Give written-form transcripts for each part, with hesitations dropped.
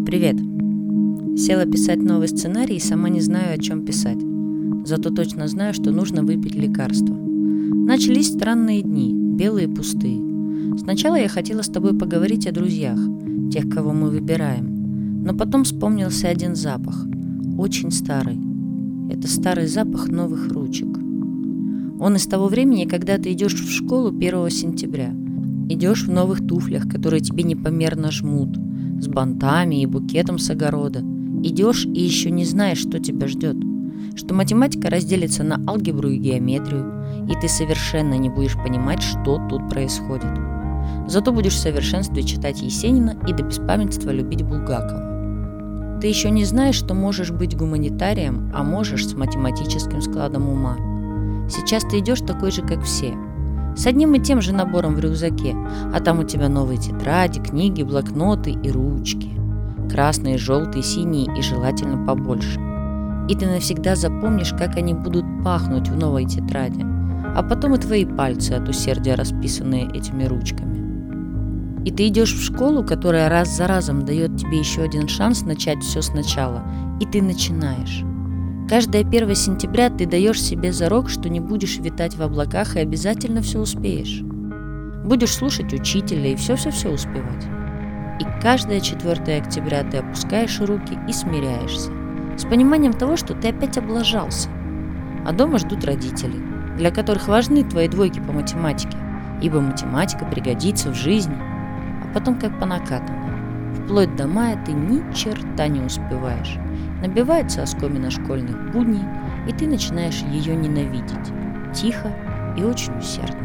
Привет! Села писать новый сценарий и сама не знаю, о чем писать. Зато точно знаю, что нужно выпить лекарство. Начались странные дни, белые пустые. Сначала я хотела с тобой поговорить о друзьях, тех, кого мы выбираем. Но потом вспомнился один запах, очень старый. Это старый запах новых ручек. Он из того времени, когда ты идешь в школу 1 сентября. Идешь в новых туфлях, которые тебе непомерно жмут, с бантами и букетом с огорода. Идешь и еще не знаешь, что тебя ждет. Что математика разделится на алгебру и геометрию, и ты совершенно не будешь понимать, что тут происходит. Зато будешь в совершенстве читать Есенина и до беспамятства любить Булгакова. Ты еще не знаешь, что можешь быть гуманитарием, а можешь с математическим складом ума. Сейчас ты идешь такой же, как все, с одним и тем же набором в рюкзаке, а там у тебя новые тетради, книги, блокноты и ручки. Красные, желтые, синие и желательно побольше. И ты навсегда запомнишь, как они будут пахнуть в новой тетради, а потом и твои пальцы от усердия, расписанные этими ручками. И ты идешь в школу, которая раз за разом дает тебе еще один шанс начать все сначала, и ты начинаешь. Каждое 1 сентября ты даешь себе зарок, что не будешь витать в облаках и обязательно все успеешь. Будешь слушать учителя и все-все-все успевать. И каждое 4 октября ты опускаешь руки и смиряешься. С пониманием того, что ты опять облажался. А дома ждут родители, для которых важны твои двойки по математике, ибо математика пригодится в жизни. А потом как по накатанной. Вплоть до мая ты ни черта не успеваешь. Набивается оскомина школьных будней, и ты начинаешь ее ненавидеть. Тихо и очень усердно.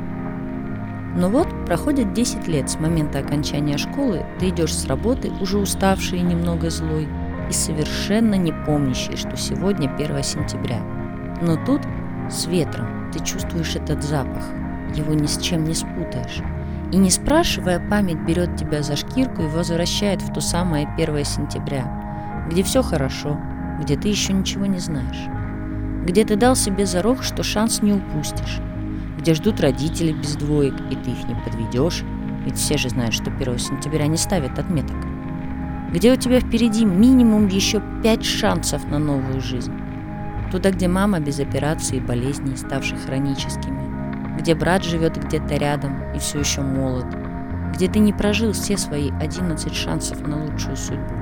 Но вот проходит 10 лет с момента окончания школы, ты идешь с работы, уже уставший и немного злой, и совершенно не помнящий, что сегодня 1 сентября. Но тут, с ветром, ты чувствуешь этот запах, его ни с чем не спутаешь. И не спрашивая, память берет тебя за шкирку и возвращает в то самое 1 сентября, где все хорошо, где ты еще ничего не знаешь, где ты дал себе зарок, что шанс не упустишь, где ждут родители без двоек, и ты их не подведешь, ведь все же знают, что 1 сентября не ставят отметок, где у тебя впереди минимум еще 5 шансов на новую жизнь, туда, где мама без операций и болезней, ставших хроническими, где брат живет где-то рядом и все еще молод, где ты не прожил все свои 11 шансов на лучшую судьбу.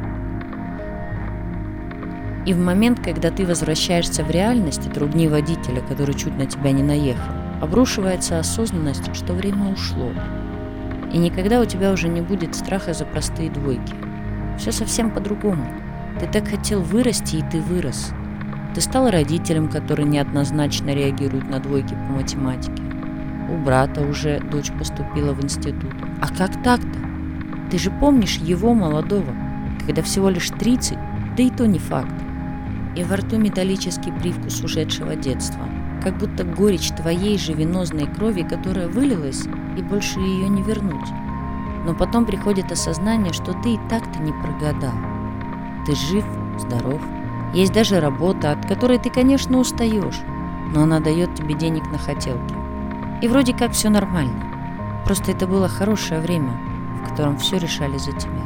И в момент, когда ты возвращаешься в реальность от ругни водителя, который чуть на тебя не наехал, обрушивается осознанность, что время ушло. И никогда у тебя уже не будет страха за простые двойки. Все совсем по-другому. Ты так хотел вырасти, и ты вырос. Ты стал родителем, который неоднозначно реагирует на двойки по математике. У брата уже дочь поступила в институт. А как так-то? Ты же помнишь его, молодого, когда всего лишь 30, да и то не факт. И во рту металлический привкус ушедшего детства, как будто горечь твоей же венозной крови, которая вылилась, и больше ее не вернуть. Но потом приходит осознание, что ты и так-то не прогадал. Ты жив, здоров, есть даже работа, от которой ты, конечно, устаешь, но она дает тебе денег на хотелки. И вроде как все нормально, просто это было хорошее время, в котором все решали за тебя.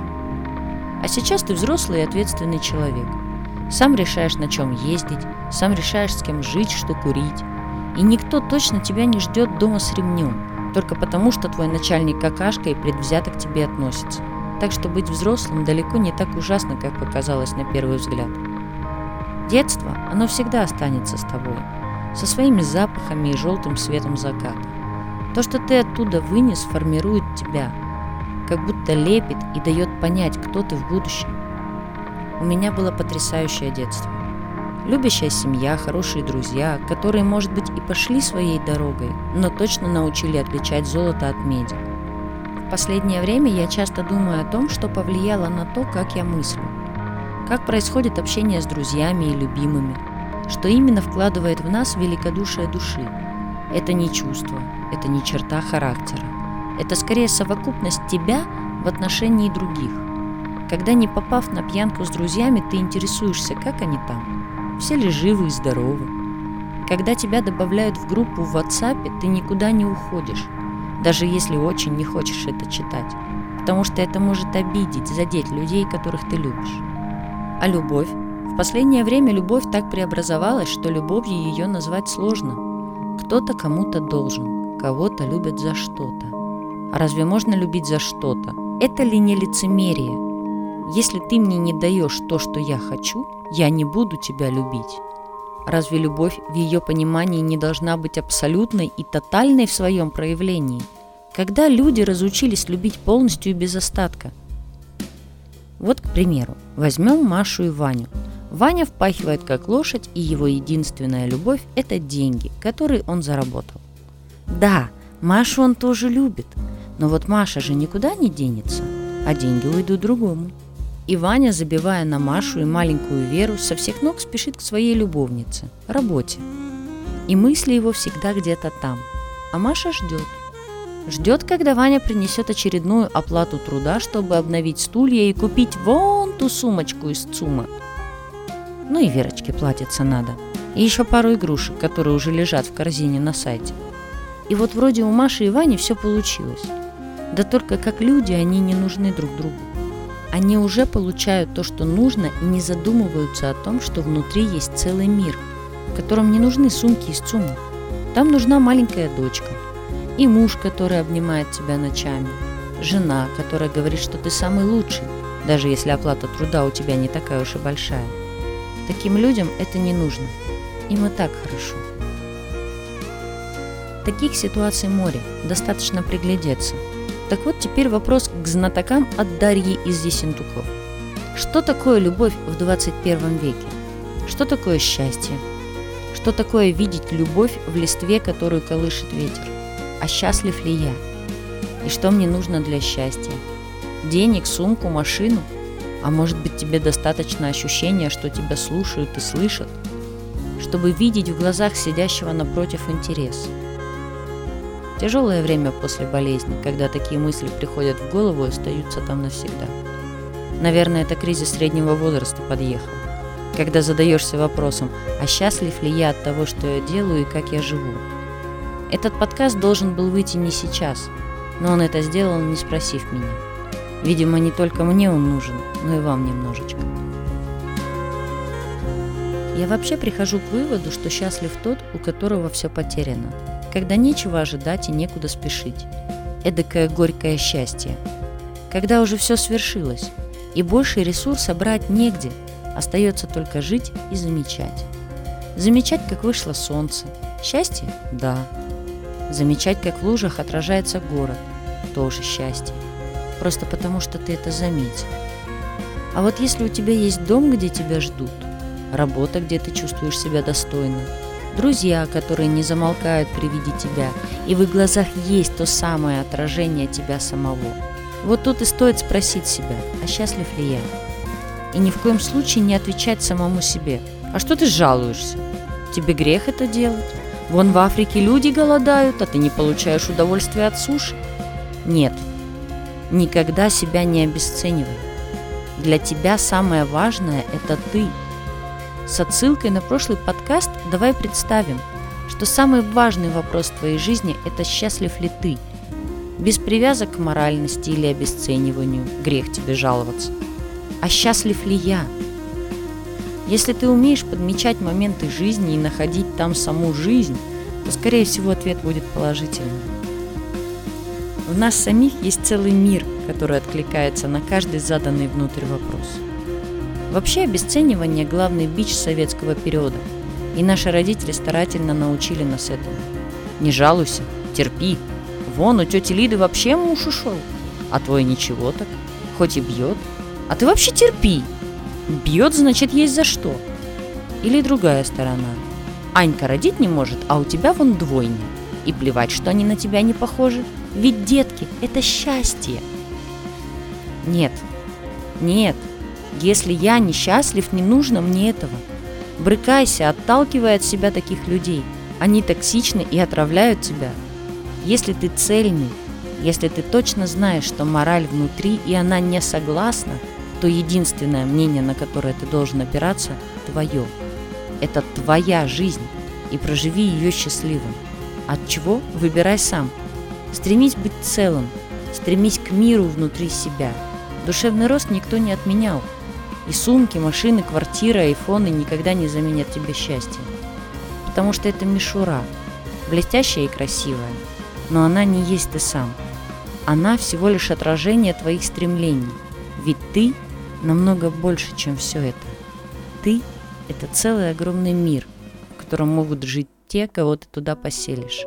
А сейчас ты взрослый и ответственный человек. Сам решаешь, на чем ездить, сам решаешь, с кем жить, что курить. И никто точно тебя не ждет дома с ремнем, только потому, что твой начальник какашка и предвзято к тебе относится. Так что быть взрослым далеко не так ужасно, как показалось на первый взгляд. Детство, оно всегда останется с тобой, со своими запахами и желтым светом заката. То, что ты оттуда вынес, формирует тебя, как будто лепит и дает понять, кто ты в будущем. У меня было потрясающее детство. Любящая семья, хорошие друзья, которые, может быть, и пошли своей дорогой, но точно научили отличать золото от меди. В последнее время я часто думаю о том, что повлияло на то, как я мыслю, как происходит общение с друзьями и любимыми, что именно вкладывает в нас великодушие души. Это не чувство, это не черта характера, это скорее совокупность тебя в отношении других. Когда, не попав на пьянку с друзьями, ты интересуешься, как они там, все ли живы и здоровы. Когда тебя добавляют в группу в WhatsApp, ты никуда не уходишь, даже если очень не хочешь это читать. потому что это может обидеть, задеть людей, которых ты любишь. А любовь? В последнее время любовь так преобразовалась, что любовью ее назвать сложно. Кто-то кому-то должен, кого-то любят за что-то. А разве можно любить за что-то? Это ли не лицемерие? Если ты мне не даешь то, что я хочу, я не буду тебя любить. Разве любовь в ее понимании не должна быть абсолютной и тотальной в своем проявлении? Когда люди разучились любить полностью и без остатка? Вот, к примеру, возьмем Машу и Ваню. Ваня впахивает как лошадь, и его единственная любовь – это деньги, которые он заработал. Да, Машу он тоже любит, но вот Маша же никуда не денется, а деньги уйдут другому. И Ваня, забивая на Машу и маленькую Веру, со всех ног спешит к своей любовнице, работе. И мысли его всегда где-то там, а Маша ждет. Ждет, когда Ваня принесет очередную оплату труда, чтобы обновить стулья и купить вон ту сумочку из ЦУМа. Ну и Верочке платиться надо. И еще пару игрушек, которые уже лежат в корзине на сайте. И вот вроде у Маши и Вани все получилось. Да только как люди они не нужны друг другу. Они уже получают то, что нужно, и не задумываются о том, что внутри есть целый мир, в котором не нужны сумки из ЦУМа. Там нужна маленькая дочка. И муж, который обнимает тебя ночами. Жена, которая говорит, что ты самый лучший, даже если оплата труда у тебя не такая уж и большая. Таким людям это не нужно. Им и так хорошо. Таких ситуаций море, достаточно приглядеться. Так вот теперь вопрос к знатокам от Дарьи из Ессентуков. Что такое любовь в 21 веке? Что такое счастье? Что такое видеть любовь в листве, которую колышет ветер? А счастлив ли я? И что мне нужно для счастья? Денег, сумку, машину? А может быть, тебе достаточно ощущения, что тебя слушают и слышат, чтобы видеть в глазах сидящего напротив интерес? Тяжелое время после болезни, когда такие мысли приходят в голову и остаются там навсегда. Наверное, это кризис среднего возраста подъехал, когда задаешься вопросом, а счастлив ли я от того, что я делаю и как я живу? Этот подкаст должен был выйти не сейчас, но он это сделал, не спросив меня. Видимо, не только мне он нужен, но и вам немножечко. Я вообще прихожу к выводу, что счастлив тот, у которого все потеряно, когда нечего ожидать и некуда спешить. Эдакое горькое счастье. Когда уже все свершилось, и больше ресурса брать негде, остается только жить и замечать. Замечать, как вышло солнце. Счастье? Да. Замечать, как в лужах отражается город. Тоже счастье. Просто потому, что ты это заметил. А вот если у тебя есть дом, где тебя ждут, работа, где ты чувствуешь себя достойно, друзья, которые не замолкают при виде тебя, и в их глазах есть то самое отражение тебя самого, вот тут и стоит спросить себя, а счастлив ли я? И ни в коем случае не отвечать самому себе, а что ты жалуешься? Тебе грех это делать? Вон в Африке люди голодают, а ты не получаешь удовольствия от суши? Нет, никогда себя не обесценивай. Для тебя самое важное – это ты. С отсылкой на прошлый подкаст давай представим, что самый важный вопрос в твоей жизни – это счастлив ли ты? Без привязок к моральности или обесцениванию, грех тебе жаловаться. А счастлив ли я? Если ты умеешь подмечать моменты жизни и находить там саму жизнь, то, скорее всего, ответ будет положительным. В нас самих есть целый мир, который откликается на каждый заданный внутрь вопрос. Вообще обесценивание – главный бич советского периода, и наши родители старательно научили нас этому. Не жалуйся, терпи. Вон у тети Лиды вообще муж ушел, а твой ничего так, хоть и бьет. А ты вообще терпи. Бьет, значит, есть за что. Или другая сторона. Анька родить не может, а у тебя вон двойня. И плевать, что они на тебя не похожи. Ведь, детки, это счастье. Нет. Если я несчастлив, не нужно мне этого. Брыкайся, отталкивай от себя таких людей. Они токсичны и отравляют тебя. Если ты цельный, если ты точно знаешь, что мораль внутри и она не согласна, то единственное мнение, на которое ты должен опираться, твое. Это твоя жизнь, и проживи ее счастливым. От чего? Выбирай сам. Стремись быть целым, стремись к миру внутри себя. Душевный рост никто не отменял. И сумки, машины, квартира, айфоны никогда не заменят тебе счастье. Потому что это мишура, блестящая и красивая. Но она не есть ты сам. Она всего лишь отражение твоих стремлений. Ведь ты намного больше, чем все это. Ты – это целый огромный мир, в котором могут жить те, кого ты туда поселишь.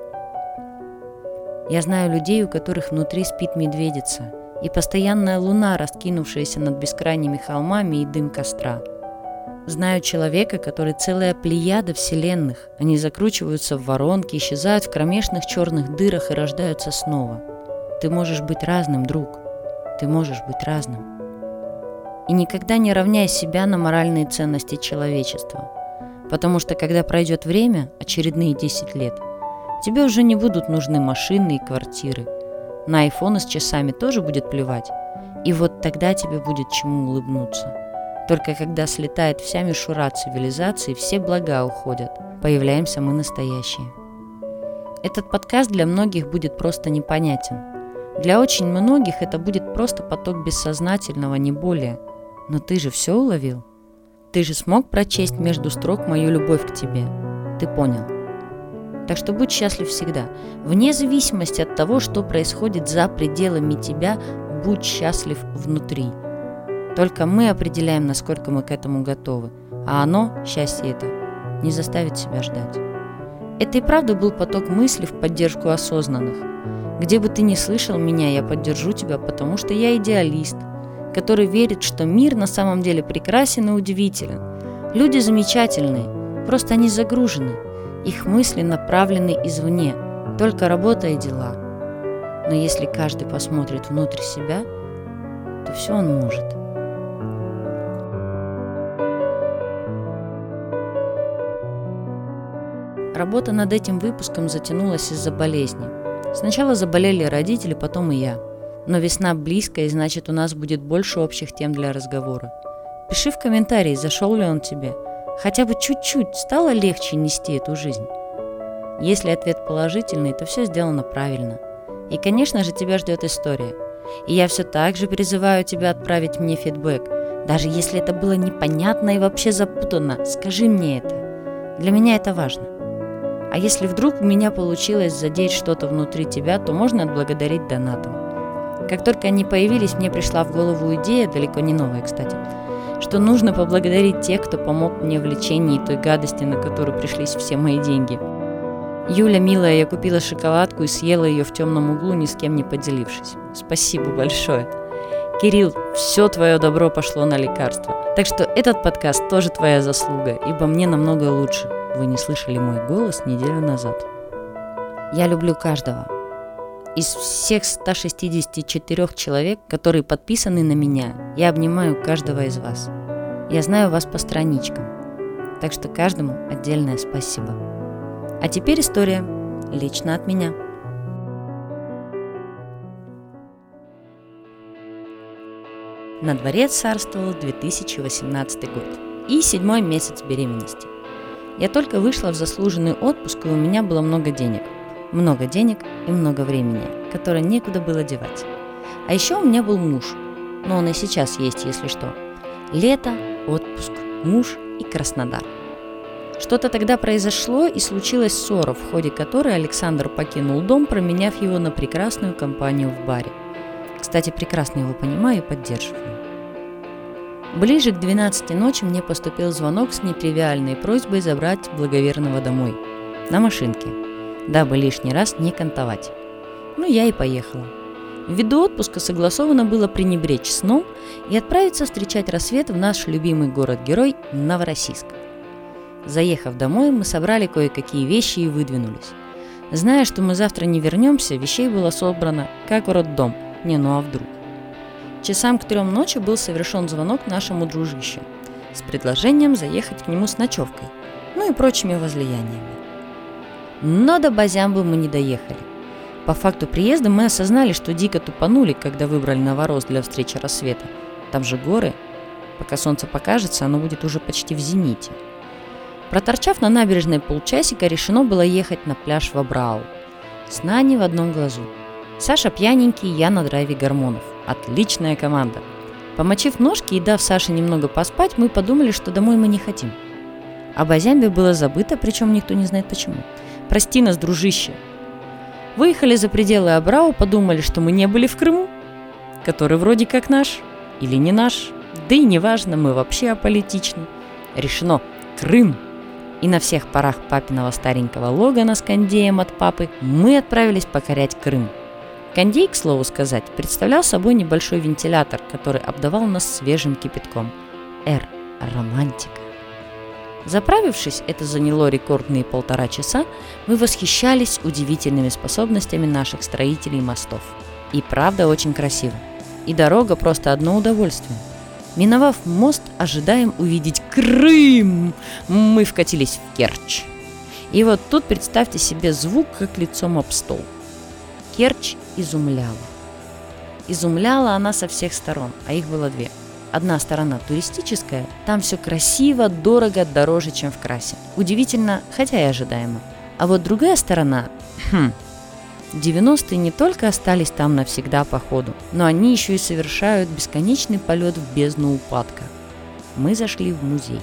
Я знаю людей, у которых внутри спит медведица, и постоянная луна, раскинувшаяся над бескрайними холмами, и дым костра. Знаю человека, который целая плеяда вселенных. Они закручиваются в воронки, исчезают в кромешных черных дырах и рождаются снова. Ты можешь быть разным, друг. Ты можешь быть разным. И никогда не равняй себя на моральные ценности человечества. Потому что когда пройдет время, очередные 10 лет, тебе уже не будут нужны машины и квартиры. На айфоны с часами тоже будет плевать. И вот тогда тебе будет чему улыбнуться. Только когда слетает вся мишура цивилизации, все блага уходят. Появляемся мы настоящие. Этот подкаст для многих будет просто непонятен. Для очень многих это будет просто поток бессознательного, не более. Но ты же все уловил? Ты же смог прочесть между строк мою любовь к тебе. Ты понял. Так что будь счастлив всегда. Вне зависимости от того, что происходит за пределами тебя, будь счастлив внутри. Только мы определяем, насколько мы к этому готовы. А оно, счастье это, не заставит себя ждать. Это и правда был поток мыслей в поддержку осознанных. Где бы ты ни слышал меня, я поддержу тебя, потому что я идеалист, который верит, что мир на самом деле прекрасен и удивителен. Люди замечательные, просто они загружены. Их мысли направлены извне, только работа и дела. Но если каждый посмотрит внутрь себя, то все он может. Работа над этим выпуском затянулась из-за болезни. Сначала заболели родители, потом и я. Но весна близкая, и значит, у нас будет больше общих тем для разговора. Пиши в комментарии, зашел ли он тебе. Хотя бы чуть-чуть стало легче нести эту жизнь. Если ответ положительный, то все сделано правильно. И, конечно же, тебя ждет история. И я все так же призываю тебя отправить мне фидбэк. Даже если это было непонятно и вообще запутанно, скажи мне это. Для меня это важно. А если вдруг у меня получилось задеть что-то внутри тебя, то можно отблагодарить донатом. Как только они появились, мне пришла в голову идея, далеко не новая, кстати, что нужно поблагодарить тех, кто помог мне в лечении той гадости, на которую пришлись все мои деньги. Юля, милая, я купила шоколадку и съела ее в темном углу, ни с кем не поделившись. Спасибо большое. Кирилл, все твое добро пошло на лекарства. Так что этот подкаст тоже твоя заслуга, ибо мне намного лучше. Вы не слышали мой голос неделю назад. Я люблю каждого. Из всех 164 человек, которые подписаны на меня, я обнимаю каждого из вас. Я знаю вас по страничкам. Так что каждому отдельное спасибо. А теперь история лично от меня. На дворе царствовал 2018 год и 7-й месяц беременности. Я только вышла в заслуженный отпуск, и у меня было много денег. Много денег и много времени, которое некуда было девать. А еще у меня был муж, но он и сейчас есть, если что. Лето, отпуск, муж и Краснодар. Что-то тогда произошло, и случилась ссора, в ходе которой Александр покинул дом, променяв его на прекрасную компанию в баре. Кстати, прекрасно его понимаю и поддерживаю. Ближе к 12 ночи мне поступил звонок с нетривиальной просьбой забрать благоверного домой. На машинке, дабы лишний раз не кантовать. Ну, я и поехала. Ввиду отпуска согласовано было пренебречь сном и отправиться встречать рассвет в наш любимый город-герой Новороссийск. Заехав домой, мы собрали кое-какие вещи и выдвинулись. Зная, что мы завтра не вернемся, вещей было собрано, как в роддом. Ну а вдруг? Часам к 3 ночи был совершен звонок нашему дружище с предложением заехать к нему с ночевкой, ну и прочими возлияниями. Но до Базямбы мы не доехали. По факту приезда мы осознали, что дико тупанули, когда выбрали Новороссийск для встречи рассвета. Там же горы. Пока солнце покажется, оно будет уже почти в зените. Проторчав на набережной полчасика, решено было ехать на пляж в Абрау. Сна не в одном глазу. Саша пьяненький, я на драйве гормонов. Отличная команда. Помочив ножки и дав Саше немного поспать, мы подумали, что домой мы не хотим. Об Азямбе было забыто, причем никто не знает почему. Прости нас, дружище. Выехали за пределы Абрау, подумали, что мы не были в Крыму, который вроде как наш или не наш. Да и неважно, мы вообще аполитичны. Решено. Крым. И на всех парах папиного старенького Логана с кондеем от папы мы отправились покорять Крым. Кондей, к слову сказать, представлял собой небольшой вентилятор, который обдавал нас свежим кипятком. Романтика. Заправившись, это заняло рекордные 1,5 часа, мы восхищались удивительными способностями наших строителей мостов. И правда очень красиво. И дорога просто одно удовольствие. Миновав мост, ожидаем увидеть Крым. Мы вкатились в Керчь. И вот тут представьте себе звук, как лицом об стол. Керчь изумляла. Изумляла она со всех сторон, а их было 2. Одна сторона туристическая, там все красиво, дорого, дороже, чем в Красе. Удивительно, хотя и ожидаемо. А вот другая сторона, 90-е не только остались там навсегда по ходу, но они еще и совершают бесконечный полет в бездну упадка. Мы зашли в музей.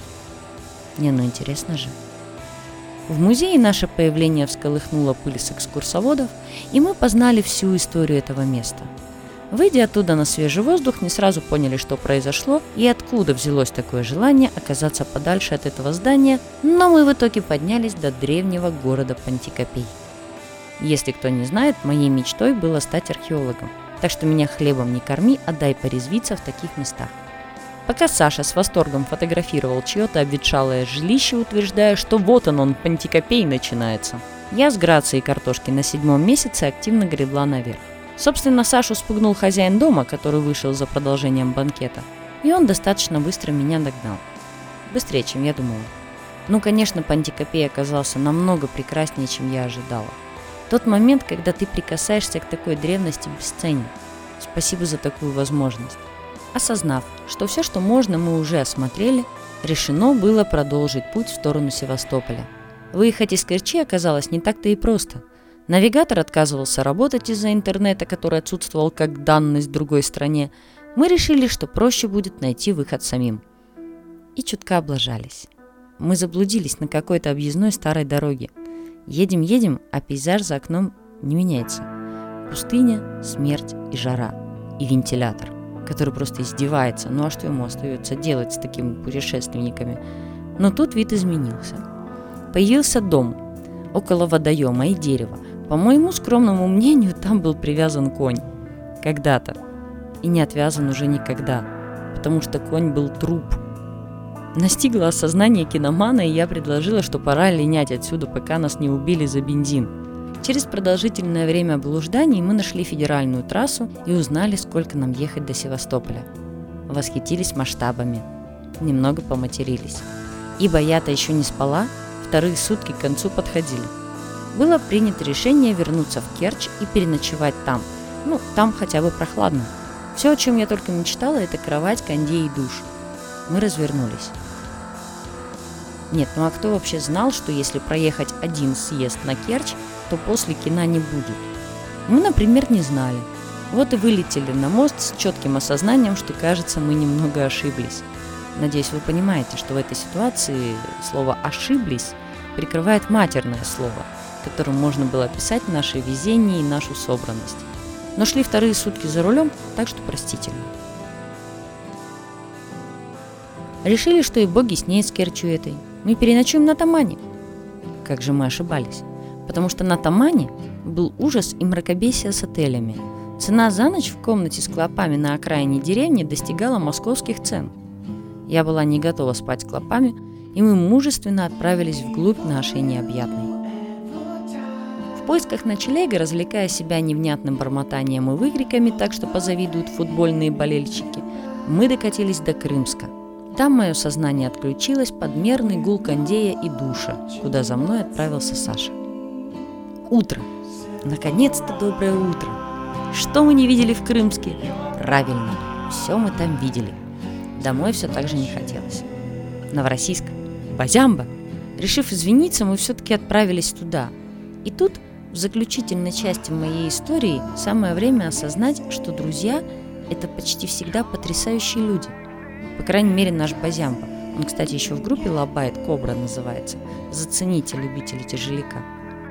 Интересно же. В музее наше появление всколыхнуло пыль с экскурсоводов, и мы познали всю историю этого места. Выйдя оттуда на свежий воздух, не сразу поняли, что произошло и откуда взялось такое желание оказаться подальше от этого здания, но мы в итоге поднялись до древнего города Пантикопей. Если кто не знает, моей мечтой было стать археологом, так что меня хлебом не корми, а дай порезвиться в таких местах. Пока Саша с восторгом фотографировал чье-то обветшалое жилище, утверждая, что вот он, Пантикопей начинается, я с грацией картошки на 7-м месяце активно гребла наверх. Собственно, Сашу спугнул хозяин дома, который вышел за продолжением банкета, и он достаточно быстро меня догнал. Быстрее, чем я думала. Конечно, Пантикопей оказался намного прекраснее, чем я ожидала. Тот момент, когда ты прикасаешься к такой древности, бесценен. Спасибо за такую возможность. Осознав, что все, что можно, мы уже осмотрели, решено было продолжить путь в сторону Севастополя. Выехать из Керчи оказалось не так-то и просто. Навигатор отказывался работать из-за интернета, который отсутствовал как данность в другой стране. Мы решили, что проще будет найти выход самим. И чутка облажались. Мы заблудились на какой-то объездной старой дороге. Едем, а пейзаж за окном не меняется. Пустыня, смерть и жара. И вентилятор, который просто издевается. А что ему остается делать с такими путешественниками? Но тут вид изменился. Появился дом около водоема и дерева. По моему скромному мнению, там был привязан конь. Когда-то. И не отвязан уже никогда. Потому что конь был труп. Настигло осознание киномана, и я предложила, что пора линять отсюда, пока нас не убили за бензин. Через продолжительное время блужданий мы нашли федеральную трассу и узнали, сколько нам ехать до Севастополя. Восхитились масштабами. Немного поматерились. Ибо я-то еще не спала, вторые сутки к концу подходили. Было принято решение вернуться в Керчь и переночевать там. Там хотя бы прохладно. Все, о чем я только мечтала, это кровать, кондей и душ. Мы развернулись. Нет, а кто вообще знал, что если проехать один съезд на Керчь, то после кино не будет? Мы, например, не знали. Вот и вылетели на мост с четким осознанием, что, кажется, мы немного ошиблись. Надеюсь, вы понимаете, что в этой ситуации слово «ошиблись» прикрывает матерное слово, которым можно было описать наше везение и нашу собранность. Но шли вторые сутки за рулем, так что простительно. Решили, что и боги с ней с Керчью этой. Мы переночуем на Тамане. Как же мы ошибались. Потому что на Тамане был ужас и мракобесие с отелями. Цена за ночь в комнате с клопами на окраине деревни достигала московских цен. Я была не готова спать с клопами, и мы мужественно отправились вглубь нашей необъятной. В поисках ночлега, развлекая себя невнятным бормотанием и выкриками, так что позавидуют футбольные болельщики, мы докатились до Крымска. Там мое сознание отключилось под мерный гул кондея и душа, куда за мной отправился Саша. Утро. Наконец-то доброе утро. Что мы не видели в Крымске? Правильно, все мы там видели. Домой все так же не хотелось. Новороссийск. Базямба. Решив извиниться, мы все-таки отправились туда. И тут В заключительной части моей истории самое время осознать, что друзья – это почти всегда потрясающие люди. По крайней мере, наш Базямба. Он, кстати, еще в группе лобает, Кобра называется. Зацените, любители тяжеляка.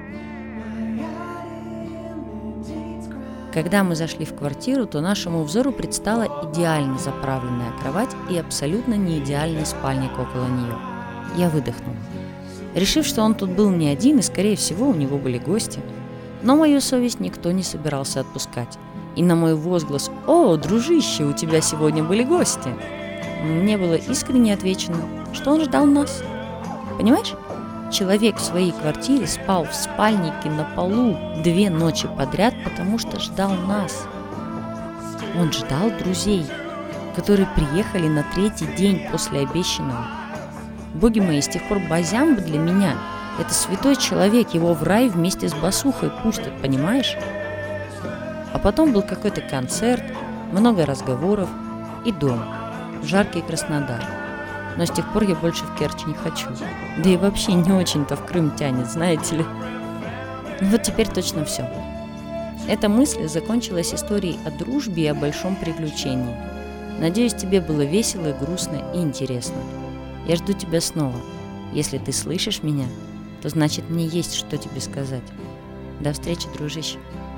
Когда мы зашли в квартиру, то нашему взору предстала идеально заправленная кровать и абсолютно не идеальный спальник около нее. Я выдохнула, решив, что он тут был не один и, скорее всего, у него были гости. Но мою совесть никто не собирался отпускать. И на мой возглас «О, дружище, у тебя сегодня были гости!» мне было искренне отвечено, что он ждал нас. Понимаешь? Человек в своей квартире спал в спальнике на полу 2 ночи подряд, потому что ждал нас. Он ждал друзей, которые приехали на 3-й день после обещанного. Боги мои, с тех пор Базямба для меня – это святой человек, его в рай вместе с басухой пустят, понимаешь? А потом был какой-то концерт, много разговоров и дом, жаркий Краснодар. Но с тех пор я больше в Керчь не хочу. Да и вообще не очень-то в Крым тянет, знаете ли. Вот теперь точно все. Эта мысль закончилась историей о дружбе и о большом приключении. Надеюсь, тебе было весело, грустно и интересно. Я жду тебя снова. Если ты слышишь меня, то значит мне есть что тебе сказать. До встречи, дружище.